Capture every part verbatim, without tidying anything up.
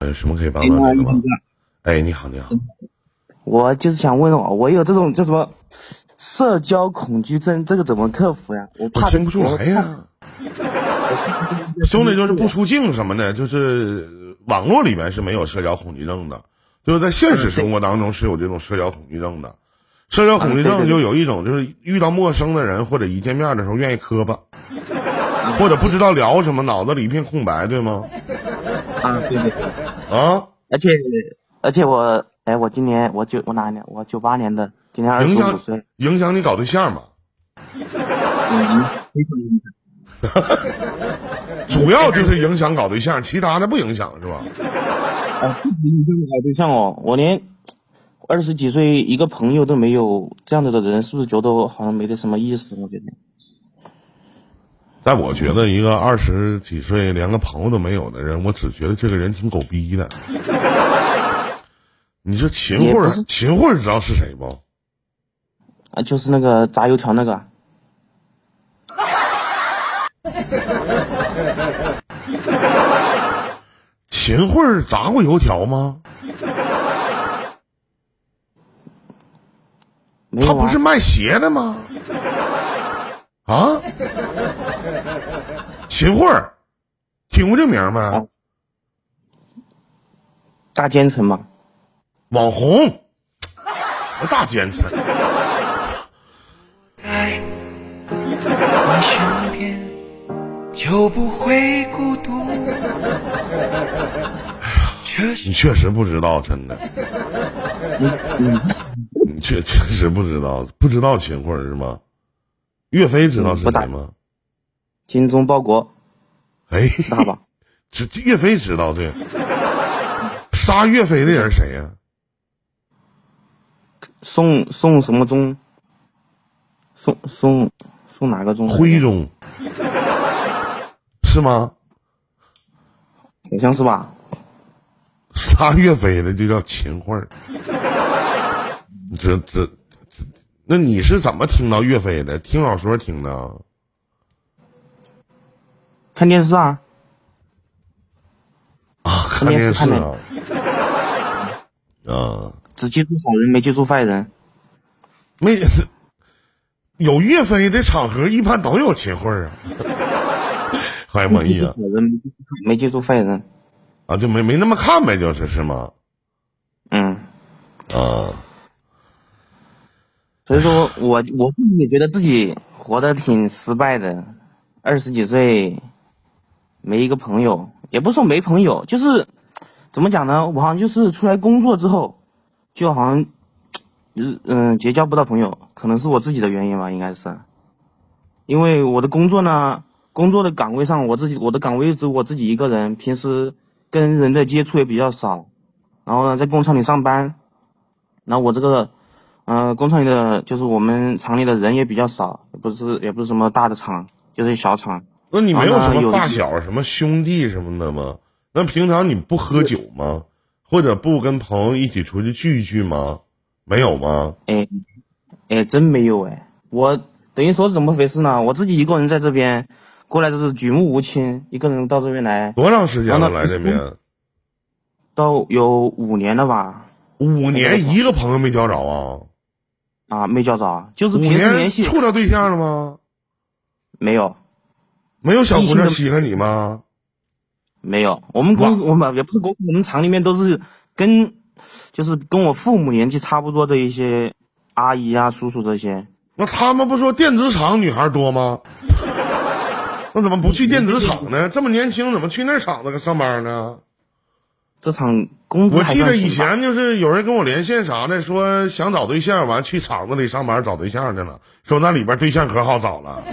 有什么可以帮到你的吗？哎，你好，你好。 我就是想问我，我有这种叫什么社交恐惧症，这个怎么克服呀？我怕我听不出来呀。兄弟，就是不出镜什么的，就是网络里面是没有社交恐惧症的，就是在现实生活当中是有这种社交恐惧症的。社交恐惧症就有一种，就是遇到陌生的人或者一见面的时候愿意磕巴，或者不知道聊什么，脑子里一片空白，对吗？ 啊，对对对。 啊， 而且而且我哎，我今年我九我哪年？我九八年的，今年二十五岁。 影响你搞对象吗？ 嗯，非常影响。主要就是影响搞对象，其他的不影响是吧？ 啊，不止影响搞对象哦，我连二十几岁一个朋友都没有，这样子的人是不是觉得我好像没得什么意思？我觉得。 在我觉得一个二十几岁连个朋友都没有的人，我只觉得这个人挺狗逼的。你说秦桧，秦桧知道是谁不？ 啊，就是那个炸油条那个。 秦桧炸过油条吗？ 没有啊。 他不是卖鞋的吗？啊？秦桧听过这名没？啊， 大奸臣嘛， 网红，大奸臣。 在你身边就不会孤独。 你确实不知道，真的。你确确实不知道，不知道秦桧是吗？岳飞知道是谁吗？ 精忠报国。 哎， 知道吧？ 这岳飞知道，对。杀岳飞的人谁呀？ 宋宋什么忠？宋宋宋哪个忠？ 徽宗。是吗？ 好像是吧。 杀岳飞的就叫秦桧。这这这，那你是怎么听到岳飞的？听小说听的？ 看电视啊。 啊，看电视啊。 啊。只记住好人，没记住坏人。 没有岳飞的场合，一般都有秦桧啊。欢迎蒙毅啊。 没记住坏人。 啊，就没没那么看呗，就是是吗？ 嗯。 啊。 所以说我我自己也觉得自己活得挺失败的，二十几岁没一个朋友，也不是说没朋友，就是怎么讲呢？我好像就是出来工作之后，就好像嗯、呃、结交不到朋友，可能是我自己的原因吧，应该是，因为我的工作呢，工作的岗位上我自己我的岗位只有我自己一个人，平时跟人的接触也比较少，然后呢在工厂里上班，然后我这个。呃，工厂里的就是我们厂里的人也比较少，也不是也不是什么大的厂，就是小厂。 那你没有什么发小、什么兄弟什么的吗？那平常你不喝酒吗？或者不跟朋友一起出去聚一聚吗？没有吗？ 哎，哎，真没有哎！我等于说是怎么回事呢？我自己一个人在这边过来就是举目无亲，一个人到这边来。 多长时间了来这边？ 都有五年了吧？ 五年一个朋友没交着啊？ 啊，没交着，就是平时联系。 处着对象了吗？ 没有。 没有小姑娘稀罕你吗？ 没有，我们公司我们也不是公司，我们厂里面都是跟，就是跟我父母年纪差不多的一些阿姨啊、叔叔这些。 那他们不说电子厂女孩多吗？那怎么不去电子厂呢？这么年轻，怎么去那厂子上班呢？ 这场工资我记得以前就是有人跟我连线啥的，说想找对象，完去厂子里上班找对象去了，说那里边对象可好找了。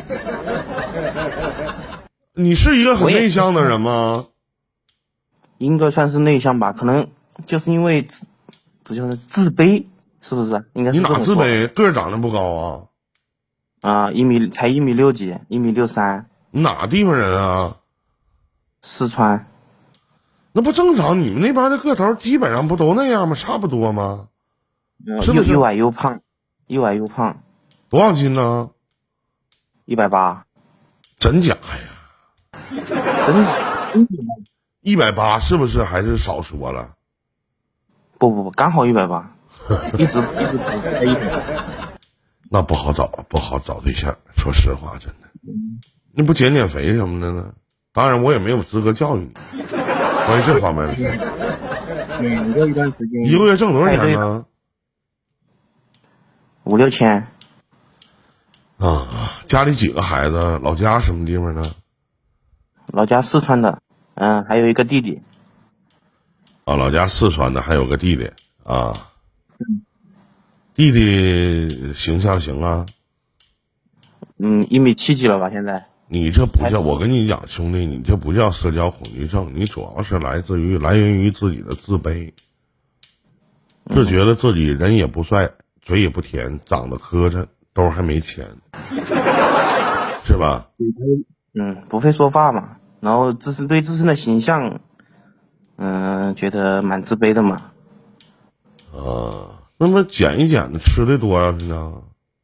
你是一个很内向的人吗？ 应该算是内向吧，可能就是因为不就是自卑，是不是？应该是。 你哪自卑？个儿长得不高啊？ 啊，一米才一米六几，一米六三。 你哪地方人啊？ 四川。 那不正常？你们那边的个头基本上不都那样吗？差不多吗？ 是不是？又矮又胖，又矮又胖。 多少斤呢？ 一百八。 真假呀？ 真的。 一百八是不是还是少说了？ 不不不，刚好一百八，一直一直在一百八。 那不好找，不好找对象。说实话，真的，你不减减肥什么的呢？当然，我也没有资格教育你关于这方面的事。 每个一段时间， 一个月挣多少钱呢？ 五六千。 啊，家里几个孩子？老家什么地方呢？ 老家四川的，嗯，还有一个弟弟。 啊，老家四川的，还有个弟弟啊。弟弟形象行啊。 嗯，一米七几了吧？现在。 你这不叫，我跟你讲，兄弟，你这不叫社交恐惧症，你主要是来自于来源于自己的自卑，就觉得自己人也不帅，嘴也不甜，长得磕碜，兜还没钱，是吧？ 嗯，不会说话嘛，然后自身对自身的形象，嗯，觉得蛮自卑的嘛。 啊，那么减一减的，吃的多啊，是呢？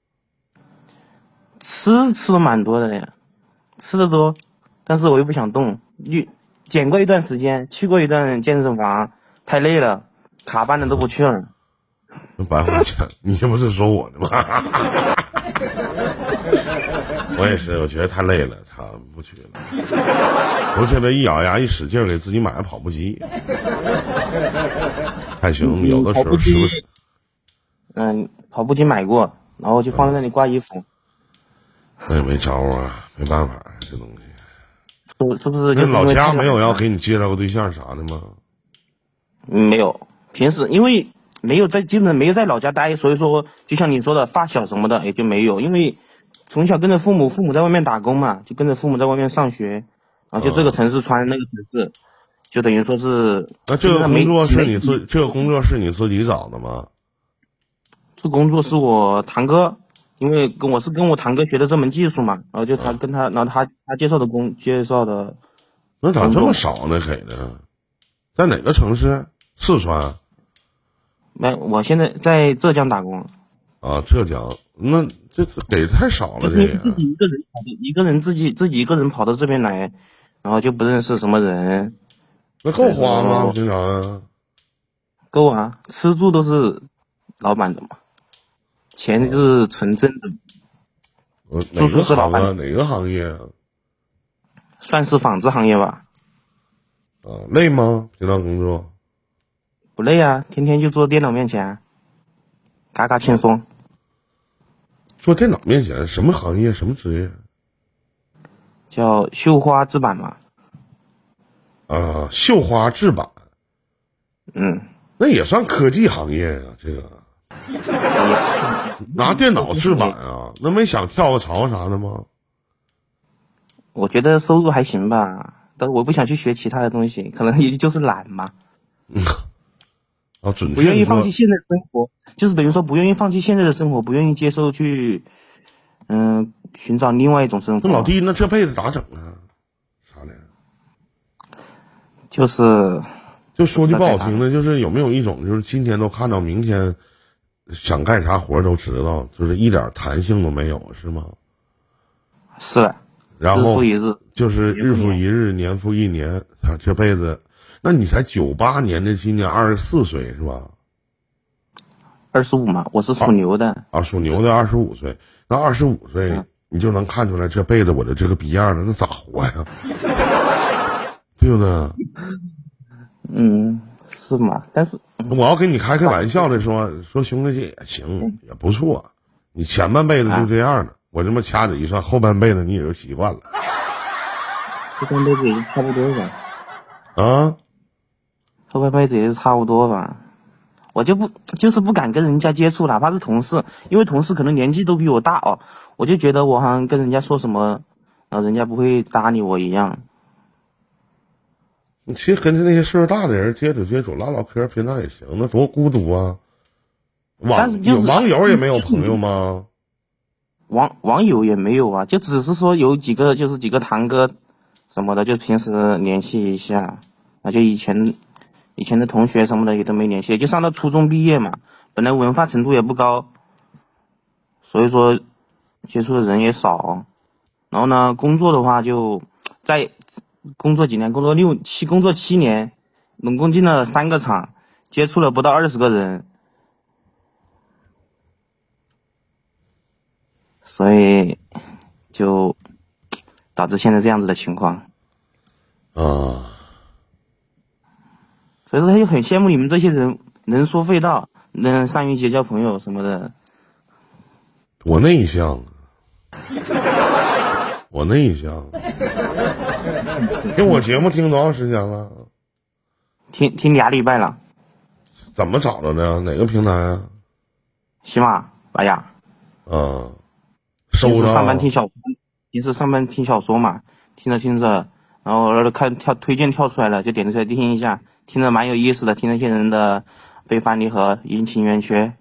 吃吃的蛮多的呀，吃的多，但是我又不想动。你减过一段时间，去过一段健身房，太累了，卡班的都不去了。 白花钱，你这不是说我的吗？我也是，我觉得太累了，他不去了。我觉得一咬牙一使劲给自己买个跑步机，还行。有的时候是不是？ 嗯，跑步机买过，然后就放在那里挂衣服。 那也没招啊，没办法，这东西。 是是不是？ 那老家没有要给你介绍个对象啥的吗？ 嗯，没有。平时因为没有在，基本没有在老家待，所以说就像你说的发小什么的也就没有。因为从小跟着父母，父母在外面打工嘛，就跟着父母在外面上学，然后就这个城市穿那个城市，就等于说是。 那这个工作是你自这个工作是你自己找的吗？ 这工作是我堂哥。因为跟我是跟我堂哥学的这门技术嘛，然后就他跟他，然后他他介绍的工介绍的。 那咋这么少呢？给的，在哪个城市？四川。 没，我现在在浙江打工。 啊，浙江，那这给太少了，这个。 自己一个人跑的，一个人自己自己一个人跑到这边来，然后就不认识什么人。 那够花吗？平常？ 够啊，吃住都是老板的嘛。钱是纯正的， 呃，住宿是老板。哪个行业啊？ 算是纺织行业吧。 啊，累吗？平常工作？ 不累啊，天天就坐电脑面前，嘎嘎轻松。 坐电脑面前，什么行业？什么职业？ 叫绣花制版嘛。 啊，绣花制版。 嗯， 那也算科技行业啊，这个。拿电脑制版啊？那没想跳个槽啥的吗？ 我觉得收入还行吧，但是我不想去学其他的东西，可能也就是懒嘛。 嗯，啊，准确不愿意放弃现在的生活，就是等于说不愿意放弃现在的生活，不愿意接受去，嗯、呃，寻找另外一种生活。 那老弟，那这辈子咋整啊？啥的？ 就是， 就说句不好听的，就是有没有一种，就是今天都看到明天。想干啥活都知道，就是一点弹性都没有，是吗？ 是。 然后日复一日， 就是日复一日，年复一年。他这辈子，那你才九八年的，今年二十四岁是吧？ 二十五嘛，我是属牛的。 啊，属牛的二十五岁，那二十五岁、嗯、你就能看出来这辈子我的这个逼样了，那咋活呀？对不对？ 嗯。是吗？但是我要跟你开开玩笑的说，说兄弟这也行，也不错。你前半辈子就这样了，啊、我这么掐指一算，后半辈子你也就习惯了。 后半辈子也差不多吧。 啊？ 后半辈子也是差不多吧。我就不就是不敢跟人家接触，哪怕是同事，因为同事可能年纪都比我大哦，我就觉得我好像跟人家说什么，然后人家不会搭理我一样。 你其实跟着那些岁数大的人接触接触，唠唠嗑，平常也行，那多孤独啊！网有网友也没有朋友吗？ 网网友也没有啊，就只是说有几个，就是几个堂哥什么的，就平时联系一下。那就以前以前的同学什么的也都没联系，就上到初中毕业嘛，本来文化程度也不高，所以说接触的人也少。然后呢，工作的话就在。 工作几年？工作六七，工作七年，总共进了三个厂，接触了不到二十个人，所以就导致现在这样子的情况。 啊， 所以说他就很羡慕你们这些人能说会道，能善于结交朋友什么的。 我内向，我内向。听我节目听多长时间了？ 听听俩礼拜了。 怎么找着的？哪个平台啊？ 喜马拉雅。 啊，收平时到。 上班听小，平时上班听小说嘛，听着听着，然后看跳推荐跳出来了，就点出来听一下，听着蛮有意思的，听那些人的悲欢离合、阴晴圆缺。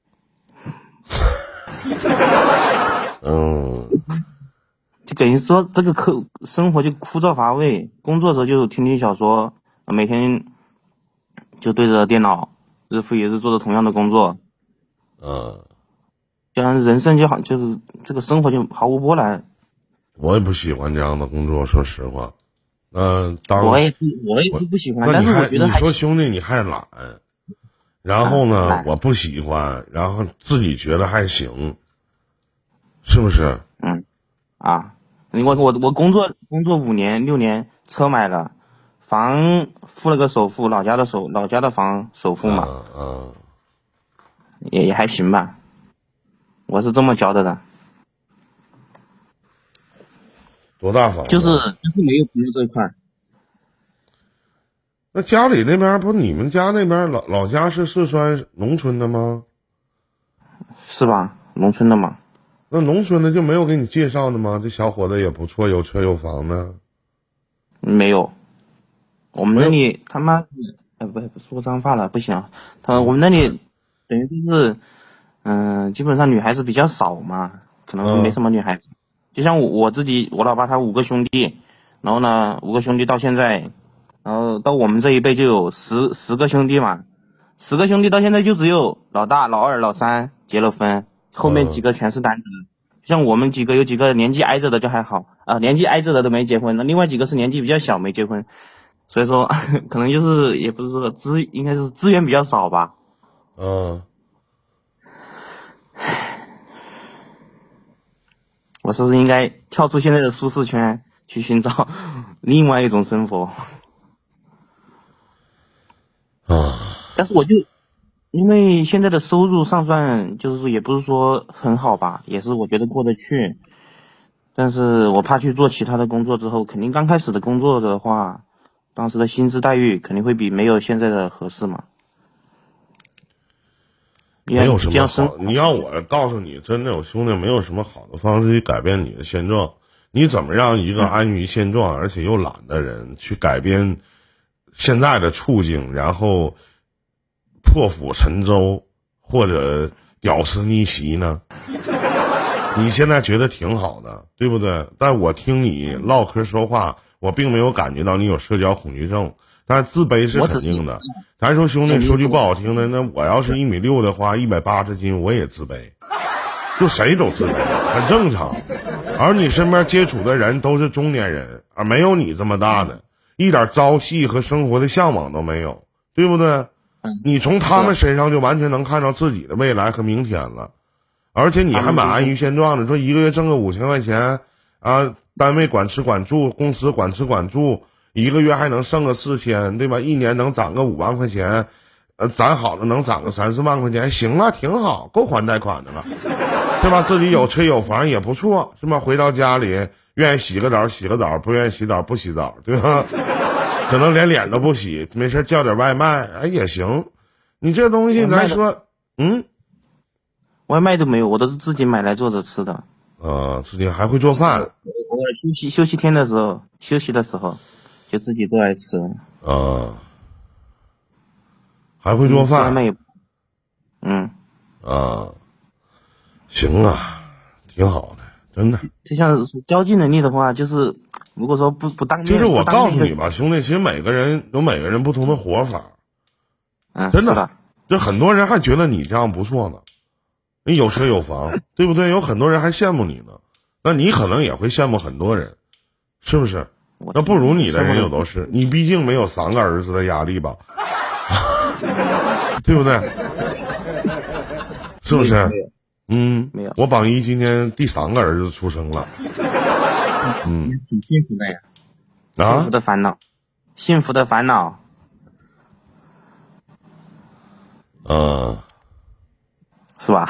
嗯， 就等于说这个课生活就枯燥乏味，工作的时候就听听小说，每天就对着电脑，日复一日做着同样的工作。 嗯， 这样人生就好，就是这个生活就毫无波澜。 我也不喜欢这样的工作，说实话。嗯、呃，当我也不，我也不不喜欢，但是那你还我觉得还你说兄弟你还懒，然后呢、 啊、 我不喜欢，然后自己觉得还行，是不是？ 嗯，啊，我我我工作工作五年六年，车买了，房付了个首付，老家的首老家的房首付嘛， 嗯嗯， 也也还行吧，我是这么觉得的。 多大房子？ 就是就是没有朋友这一块。 那家里那边不，你们家那边老老家是四川农村的吗？ 是吧？农村的嘛。 那农村的就没有给你介绍的吗？这小伙子也不错，有车有房的。 没有，我们那里他妈，哎不不说脏话了，不行，他我们那里等于就是，嗯、呃，基本上女孩子比较少嘛，可能没什么女孩子。嗯、就像我我自己，我老爸他五个兄弟，然后呢五个兄弟到现在，然后到我们这一辈就有十十个兄弟嘛，十个兄弟到现在就只有老大、老二、老三结了婚。后面几个全是单身，嗯、像我们几个有几个年纪挨着的就还好啊、呃，年纪挨着的都没结婚，那另外几个是年纪比较小没结婚，所以说可能就是也不是说资应该是资源比较少吧。 嗯， 我是不是应该跳出现在的舒适圈，去寻找另外一种生活？ 啊， 但是我就。因为现在的收入上算就是也不是说很好吧，也是我觉得过得去，但是我怕去做其他的工作之后，肯定刚开始的工作的话，当时的薪资待遇肯定会比没有现在的合适嘛。 没有什么好，你要我告诉你，真的，我兄弟没有什么好的方式去改变你的现状。你怎么让一个安于现状、嗯、而且又懒的人去改变现在的处境，然后破釜沉舟或者屌丝逆袭呢？你现在觉得挺好的，对不对？但我听你唠嗑说话，我并没有感觉到你有社交恐惧症，但是自卑是肯定的。咱说兄弟，说句不好听的，那我要是一米六的话，一百八十斤，我也自卑，就谁都自卑，很正常。而你身边接触的人都是中年人，而没有你这么大的，一点朝气和生活的向往都没有，对不对？你从他们身上就完全能看到自己的未来和明天了，而且你还蛮安于现状的，说一个月挣个五千块钱啊，单位管吃管住，公司管吃管住，一个月还能剩个四千，对吧？一年能涨个五万块钱，呃，攒好了能涨个三四万块钱，行了，挺好，够还贷款的了，对吧？自己有车有房也不错，是吧？回到家里愿意洗个澡洗个澡，不愿意洗澡不洗澡，对吧？可能连脸都不洗，没事叫点外卖，哎也行。你这东西咱说，嗯， 外卖都没有，我都是自己买来做着吃的。 呃，自己还会做饭。 我休息休息天的时候，休息的时候就自己做来吃。 呃，还会做饭。 外卖也，嗯。 啊，行啊，挺好的，真的。 就像交际能力的话，就是如果说不不当面， 就是我告诉你吧，兄弟，其实每个人有每个人不同的活法。 嗯， 真的， 的这很多人还觉得你这样不错呢，你有车有房，对不对？有很多人还羡慕你呢，那你可能也会羡慕很多人，是不是？ 那不如你的人有都是，你毕竟没有三个儿子的压力吧，对不对？是不是？嗯， 没有。 我榜一今年第三个儿子出生了，嗯， 挺幸福的呀。 啊， 幸福的烦恼，幸福的烦恼。 呃， 是吧？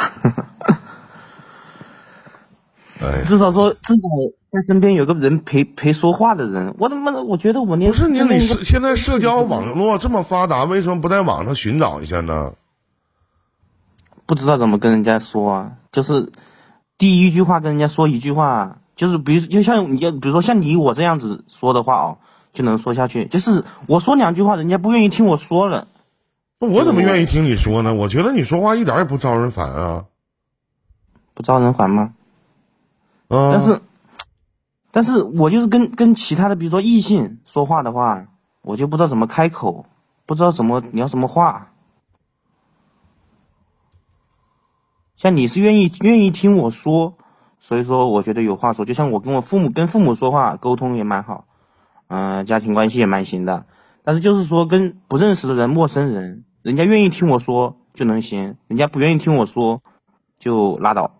哎， 至少说，至少在身边有个人陪陪说话的人。我他妈的，我觉得我连不是你，你是现在社交网络这么发达，为什么不在网上寻找一下呢？ 不知道怎么跟人家说啊，就是第一句话跟人家说一句话，就是比如就像你，比如说像你我这样子说的话哦，就能说下去。就是我说两句话，人家不愿意听我说了。 我怎么愿意听你说呢？我觉得你说话一点也不招人烦啊。 不招人烦吗？ 啊， 但是，但是我就是跟跟其他的，比如说异性说话的话，我就不知道怎么开口，不知道怎么聊什么话。像你是愿意愿意听我说，所以说我觉得有话说。就像我跟我父母跟父母说话，沟通也蛮好，嗯、呃，家庭关系也蛮行的。但是就是说跟不认识的人、陌生人，人家愿意听我说就能行，人家不愿意听我说就拉倒。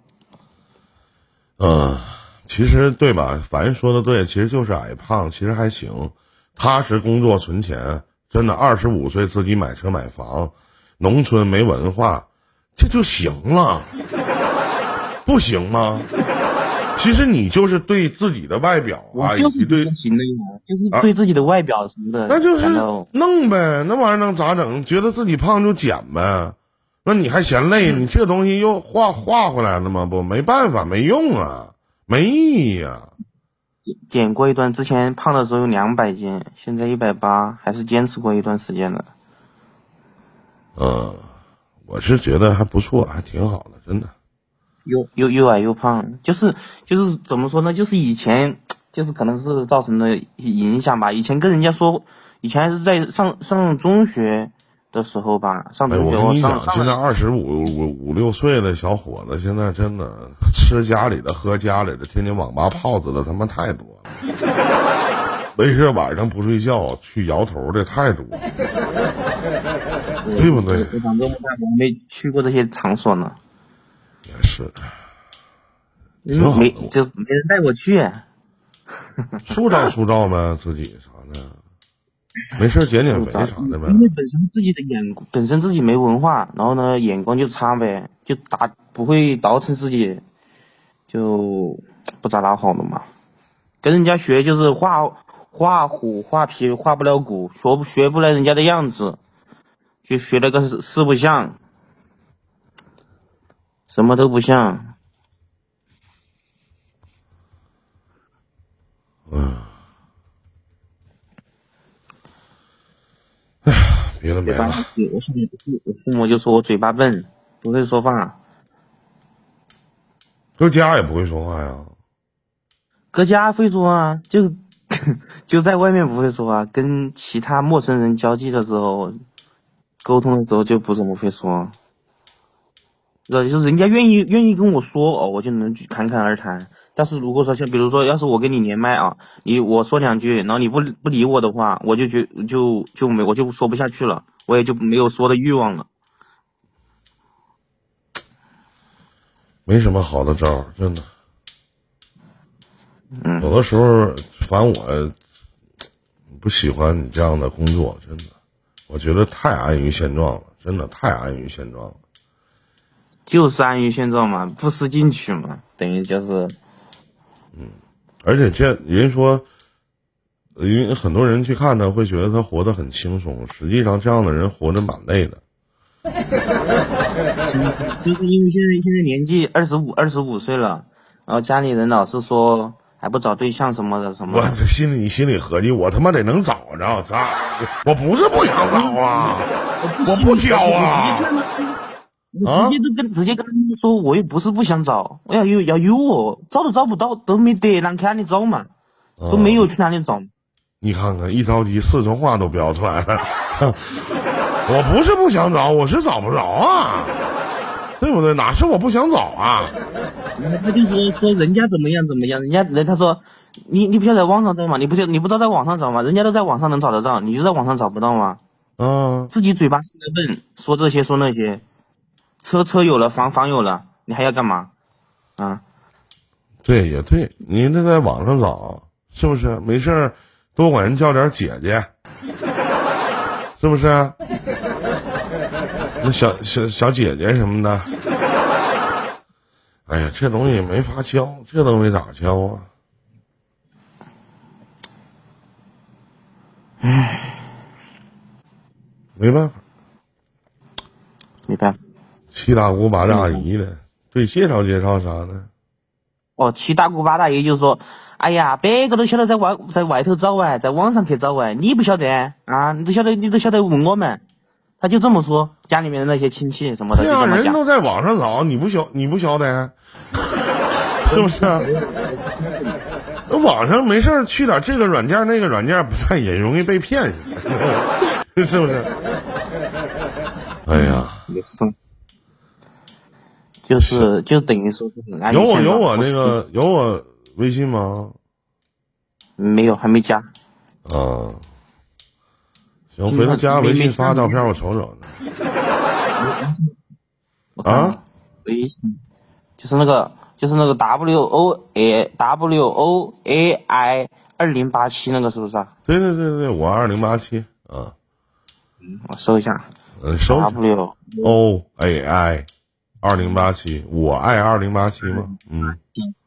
嗯，其实对吧？凡说的对，其实就是矮胖，其实还行，踏实工作存钱，真的二十五岁自己买车买房，农村没文化，这就行了，不行吗？其实你就是对自己的外表啊，以及对行的呀，就是对自己的外表什么的， 那就是感到弄呗，那玩意儿能咋整？觉得自己胖就减呗，那你还嫌累？你这东西又化化回来了吗？不，没办法，没用啊，没意义啊。 减过一段，之前胖的时候有两百斤，现在一百八，还是坚持过一段时间的。 嗯，我是觉得还不错，还挺好的，真的。 又又又矮又胖，就是就是怎么说呢？就是以前就是可能是造成的影响吧。以前跟人家说，以前还是在上上中学的时候吧，上哎， 中学我跟你讲， 上上现在二十五五五六岁的小伙子，现在真的吃家里的，喝家里的，天天网吧泡子的，他妈太多了。没事晚上不睡觉去摇头的太多了，对不对？ 我长这么大，我没去过这些场所呢。 也是，挺好的没就是没人带我去。 塑造塑造呗，自己啥的，没事减减肥啥的呗。 因为本身自己的眼本身自己没文化，然后呢眼光就差呗，就打不会捯饬自己，就不咋打好了嘛。跟人家学就是画画虎画皮画不了骨，学不学不来人家的样子，就学了个四不像，什么都不像。 嗯，哎呀，别的没了。 我父母我父母就说我嘴巴笨，不会说话。 搁家也不会说话呀？ 搁家会说啊，就就在外面不会说啊，跟其他陌生人交际的时候，沟通的时候就不怎么会说。呃，就是人家愿意愿意跟我说哦，我就能去侃侃而谈。但是如果说像比如说，要是我跟你连麦啊，你我说两句，然后你不不理我的话，我就觉就就没我就说不下去了，我也就没有说的欲望了。 没什么好的招儿，真的。 嗯， 有的时候反正我不喜欢你这样的工作，真的，我觉得太安于现状了，真的太安于现状了。 就是安于现状嘛，不思进取嘛，等于就是。 嗯，而且这人说，因为很多人去看他，会觉得他活得很轻松，实际上这样的人活得蛮累的。 就是因为现在现在年纪二十五二十五岁了，然后家里人老是说还不找对象什么的什么的。 我心里心里合计，我他妈得能找着啥？我不是不想找啊，我不挑啊。 我直接都跟、啊、直接跟他们说，我又不是不想找，我要有要有我找都找不到，都没得，哪去哪里找嘛？ 啊、 都没有去哪里找。 你看看，一着急四川话都飙出来了。我不是不想找，我是找不着啊，对不对？哪是我不想找啊？ 然后他就说说人家怎么样怎么样，人家人他说你你不晓得在网上找吗？你不晓你不知道在网上找吗？人家都在网上能找得到，你就在网上找不到吗？ 啊， 自己嘴巴是个笨，说这些说那些，车车有了，房房有了，你还要干嘛？啊？ 对，也对，你得在网上找，是不是？没事儿多管人叫点姐姐，是不是？那小小小姐姐什么的，哎呀，这东西没法教，这都没咋教啊。 唉， 没办法， 没办法。 七大姑八大姨的，对，介绍介绍啥的。 哦，七大姑八大姨就说，哎呀，别个都晓得在外在外头找哎，在网上去找哎，你不晓得啊？你都晓得，你都晓得问我们。他就这么说，家里面的那些亲戚什么的， 对啊， 就这么讲。 人都在网上找，你不晓你不晓得，是不是啊？那网上没事儿去点这个软件那个软件，不但也容易被骗下来，是不是？哎呀， 就是就等于说是有我有我那个有我微信吗？ 没有，还没加。 啊，行，回头加微信发照片我瞅瞅。啊， 微信就是那个就是那个 W O A W O A I 二零八七那个是不是啊？ 对对对对，我二零八七啊。 嗯，我搜一下。 嗯，搜 W O A I 二零八七，我爱二零八七吗？嗯。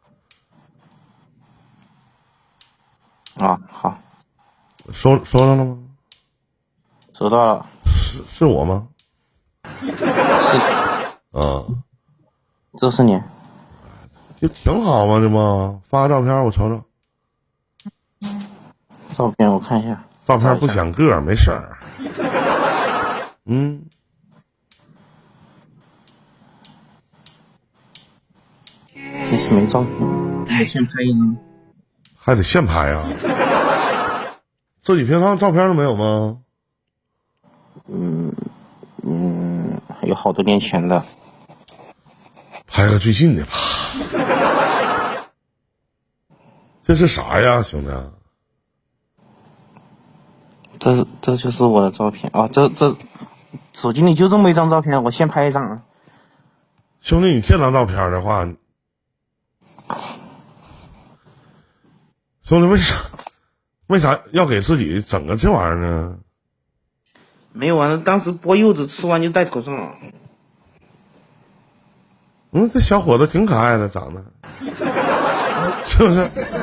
啊，好。 收收到了吗？ 收到了。 是是我吗？ 是。 啊。 这是你。 就挺好嘛，这不发个照片我瞅瞅。 照片我看一下。 照片不显个儿，没事儿。嗯。 这是没照片，我先拍一张。 还得现拍啊？自己平常照片都没有吗？ 嗯嗯，有好多年前的。 拍个最近的吧。这是啥呀，兄弟？ 这是这就是我的照片啊！这这手机里就这么一张照片，我先拍一张啊。 兄弟，你这张照片的话，兄弟为啥为啥要给自己整个这玩意儿呢？ 没有啊，当时剥柚子吃完就戴头上了。 嗯，这小伙子挺可爱的，长得，是不是？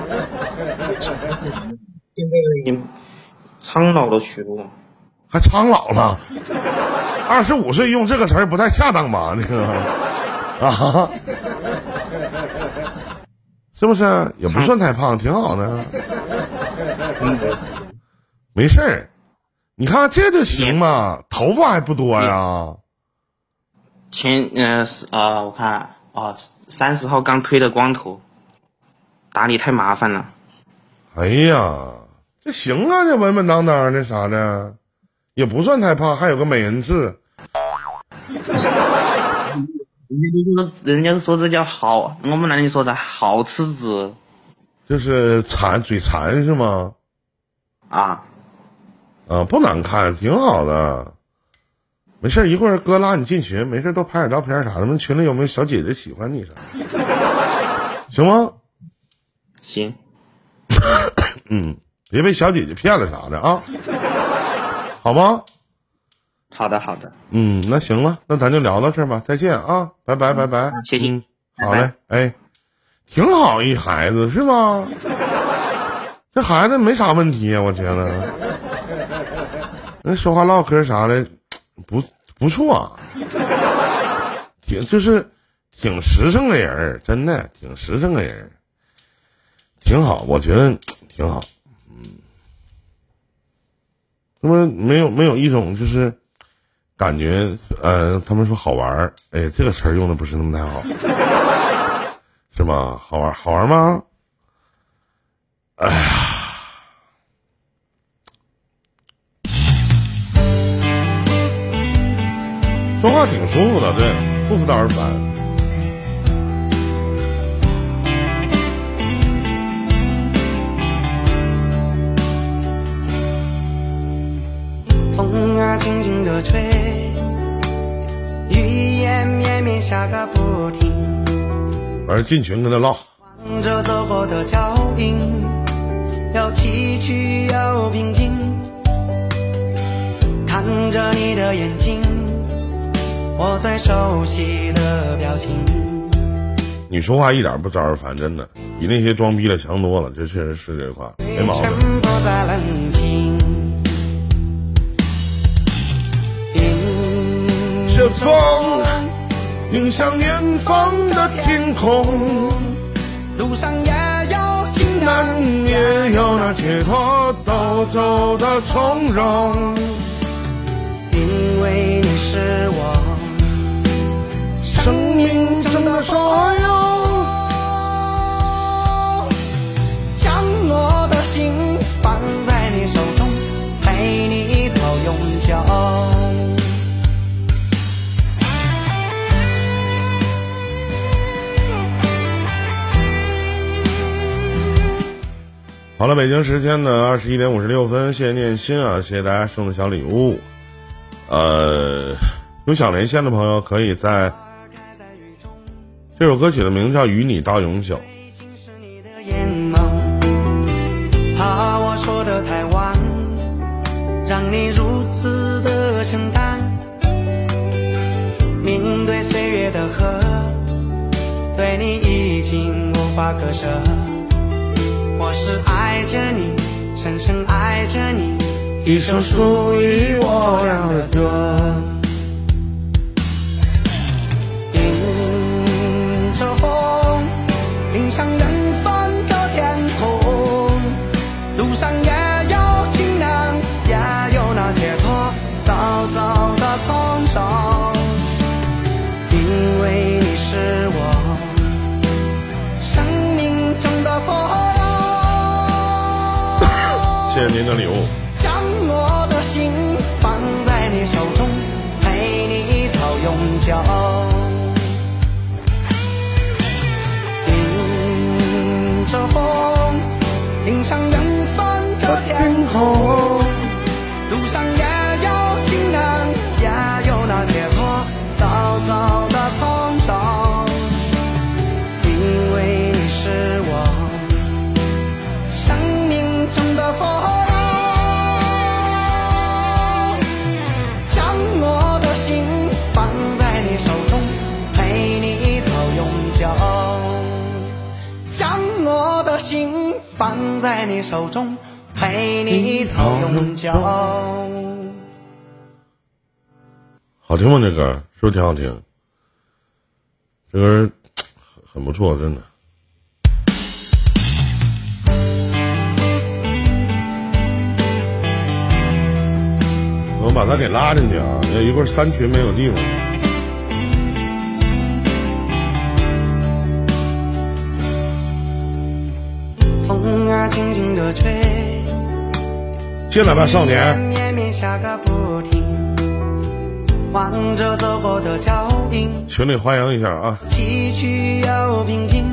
现在已经苍老了许多， 还苍老了。二十五岁用这个词儿不太恰当吧？那个啊，是不是？也不算太胖，挺好的。没事儿，你看这就行嘛，头发还不多呀。 前呃啊，我看啊，三十号刚推的光头，打理太麻烦了。 哎呀，这行啊，这稳稳当当的啥的，也不算太胖，还有个美人痣。 人家都说，人家说这叫好，我们那里说的好吃子， 就是馋，嘴馋是吗？ 啊啊，不难看，挺好的。没事，一会儿哥拉你进群，没事多拍点照片啥的。们群里有没有小姐姐喜欢你啥？行吗？ 行。 嗯，别被小姐姐骗了啥的啊，好吗？ 好的，好的。 嗯，那行了，那咱就聊到这儿吧，再见啊，拜拜，拜拜， 谢谢。 嗯，好嘞，哎，挺好一孩子是吧？这孩子没啥问题啊，我觉得，那说话唠嗑啥的，不不错啊，挺就是挺实诚的人，真的挺实诚的人，挺好，我觉得挺好，嗯，那么没有没有一种就是感觉，呃，他们说好玩儿，哎，这个词儿用的不是那么太好，是吗？好玩好玩吗？哎呀。说话挺舒服的，对，不服导而烦。 的吹，语言绵绵下个不停， 完事进群跟他唠， 望着走过的脚印，有崎岖有平静，看着你的眼睛，我最熟悉的表情。 你说话一点不招人烦，真的比那些装逼的强多了，这确实是这话，没毛病。 不再冷静， 这风影响远方的天空， 路上也有惊难难， 也有那解脱，都走得从容。 因为你是我生命中的所有，将我的心放在你手中，陪你到永久。 好了，北京时间的二十一点五十六分，谢谢念心啊，谢谢大家送的小礼物。呃，有想连线的朋友，可以在这首歌曲的名字叫《与你到永久》。 怕我说的太晚，让你如此的承担。面对岁月的河，对你已经无法割舍。我是爱着你，深深爱着你，一首属于我俩的歌。迎着风，迎上远方的天空，路上也有惊难，也有那解脱，到走的从容。因为你是我生命中的所有。 谢谢您的礼物。 将我的心放在你手中，陪你到永久。迎着风，迎上远方的天空，路上也有惊难，也有那解脱，到走的从容。因为你是我生命中的所有，将我的心放在你手中，陪你到永久。将我的心放在你手中，陪你到永久。 好听吗？这歌是不是挺好听？这歌很不错，真的。我把他给拉进去啊！一会儿三群没有地方。 风啊，轻轻地吹， 进来吧，少年。 绵绵下个不停，望着走过的脚印， 群里欢迎一下啊！ 崎岖又平静，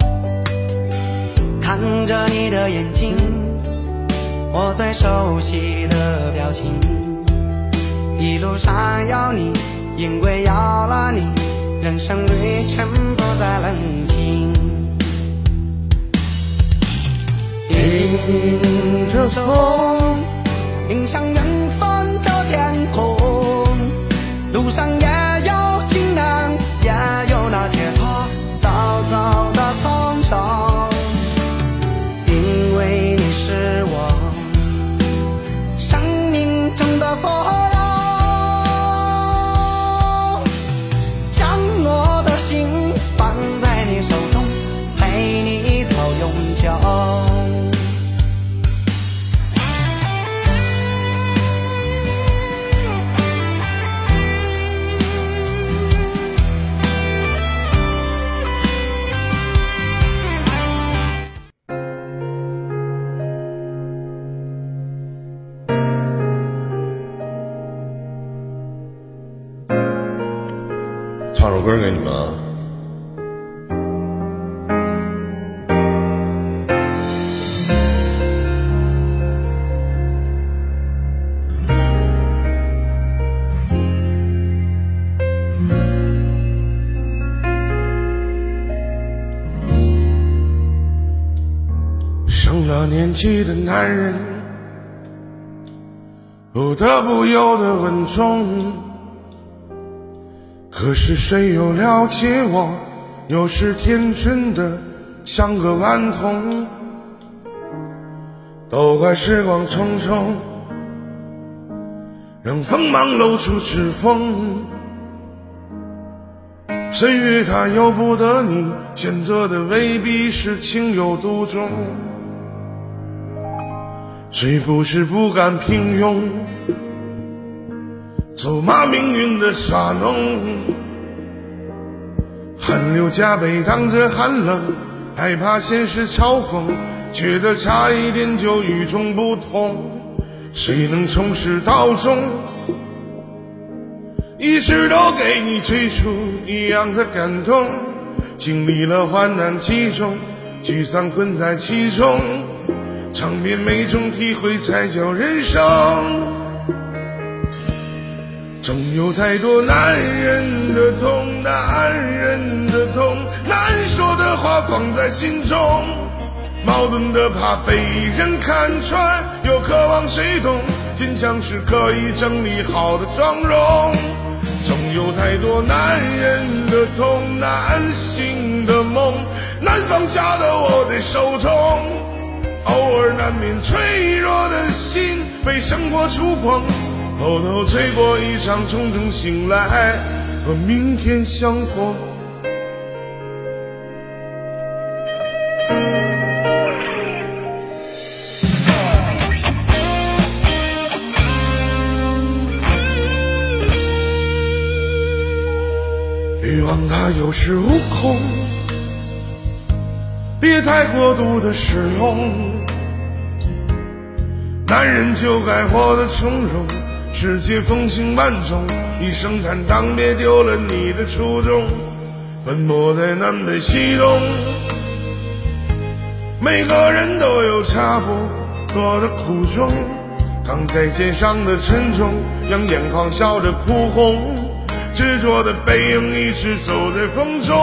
看着你的眼睛，我最熟悉的表情。一路上有你，因为有了你，人生旅程不再冷清。迎着风，迎上远方的天空，路上也有惊难，也有那解脱，到走的从容。因为你是我生命中的所有，将我的心放在你手中，陪你到永久。 唱首歌给你们啊。 年纪的男人不得不有的稳重，可是谁又了解我有时天真的像个顽童，都怪时光匆匆，让锋芒露出指缝。岁月它由不得你，选择的未必是情有独钟。谁不是不甘平庸，走马命运的耍弄？汗流浃背挡着寒冷，害怕现实嘲讽，觉得差一点就与众不同。谁能从始到终一直都给你追逐一样的感动？经历了患难其中，沮丧困在其中，尝遍每种体会才叫人生。总有太多男人的痛，男人的痛，难说的话放在心中，矛盾的怕被人看穿，又渴望谁懂，坚强是可以整理好的妆容。总有太多男人的痛，难醒的梦，难放下的握在手中，偶尔难免脆弱的心被生活触碰，偷偷吹过一场重重醒来，和明天相逢。欲望它有恃无恐，别太过度的使用，男人就该活得从容，世界风情万种，一声坦荡，别丢了你的初衷。奔波在南北西东，每个人都有差不多的苦衷，扛在肩上的沉重，让眼眶笑着哭红，执着的背影一直走在风中。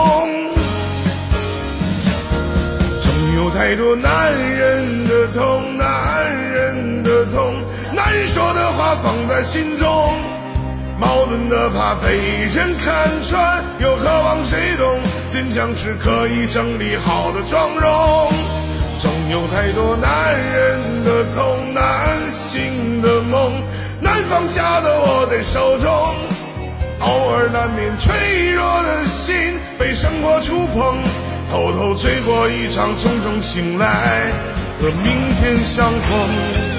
总有太多男人的痛，男人的痛，难说的话放在心中，矛盾的怕被人看穿，又渴望谁懂，坚强是可以整理好的妆容。总有太多男人的痛，难醒的梦，难放下的握在手中，偶尔难免脆弱的心被生活触碰，偷偷吹过一场重重醒来，和明天相逢。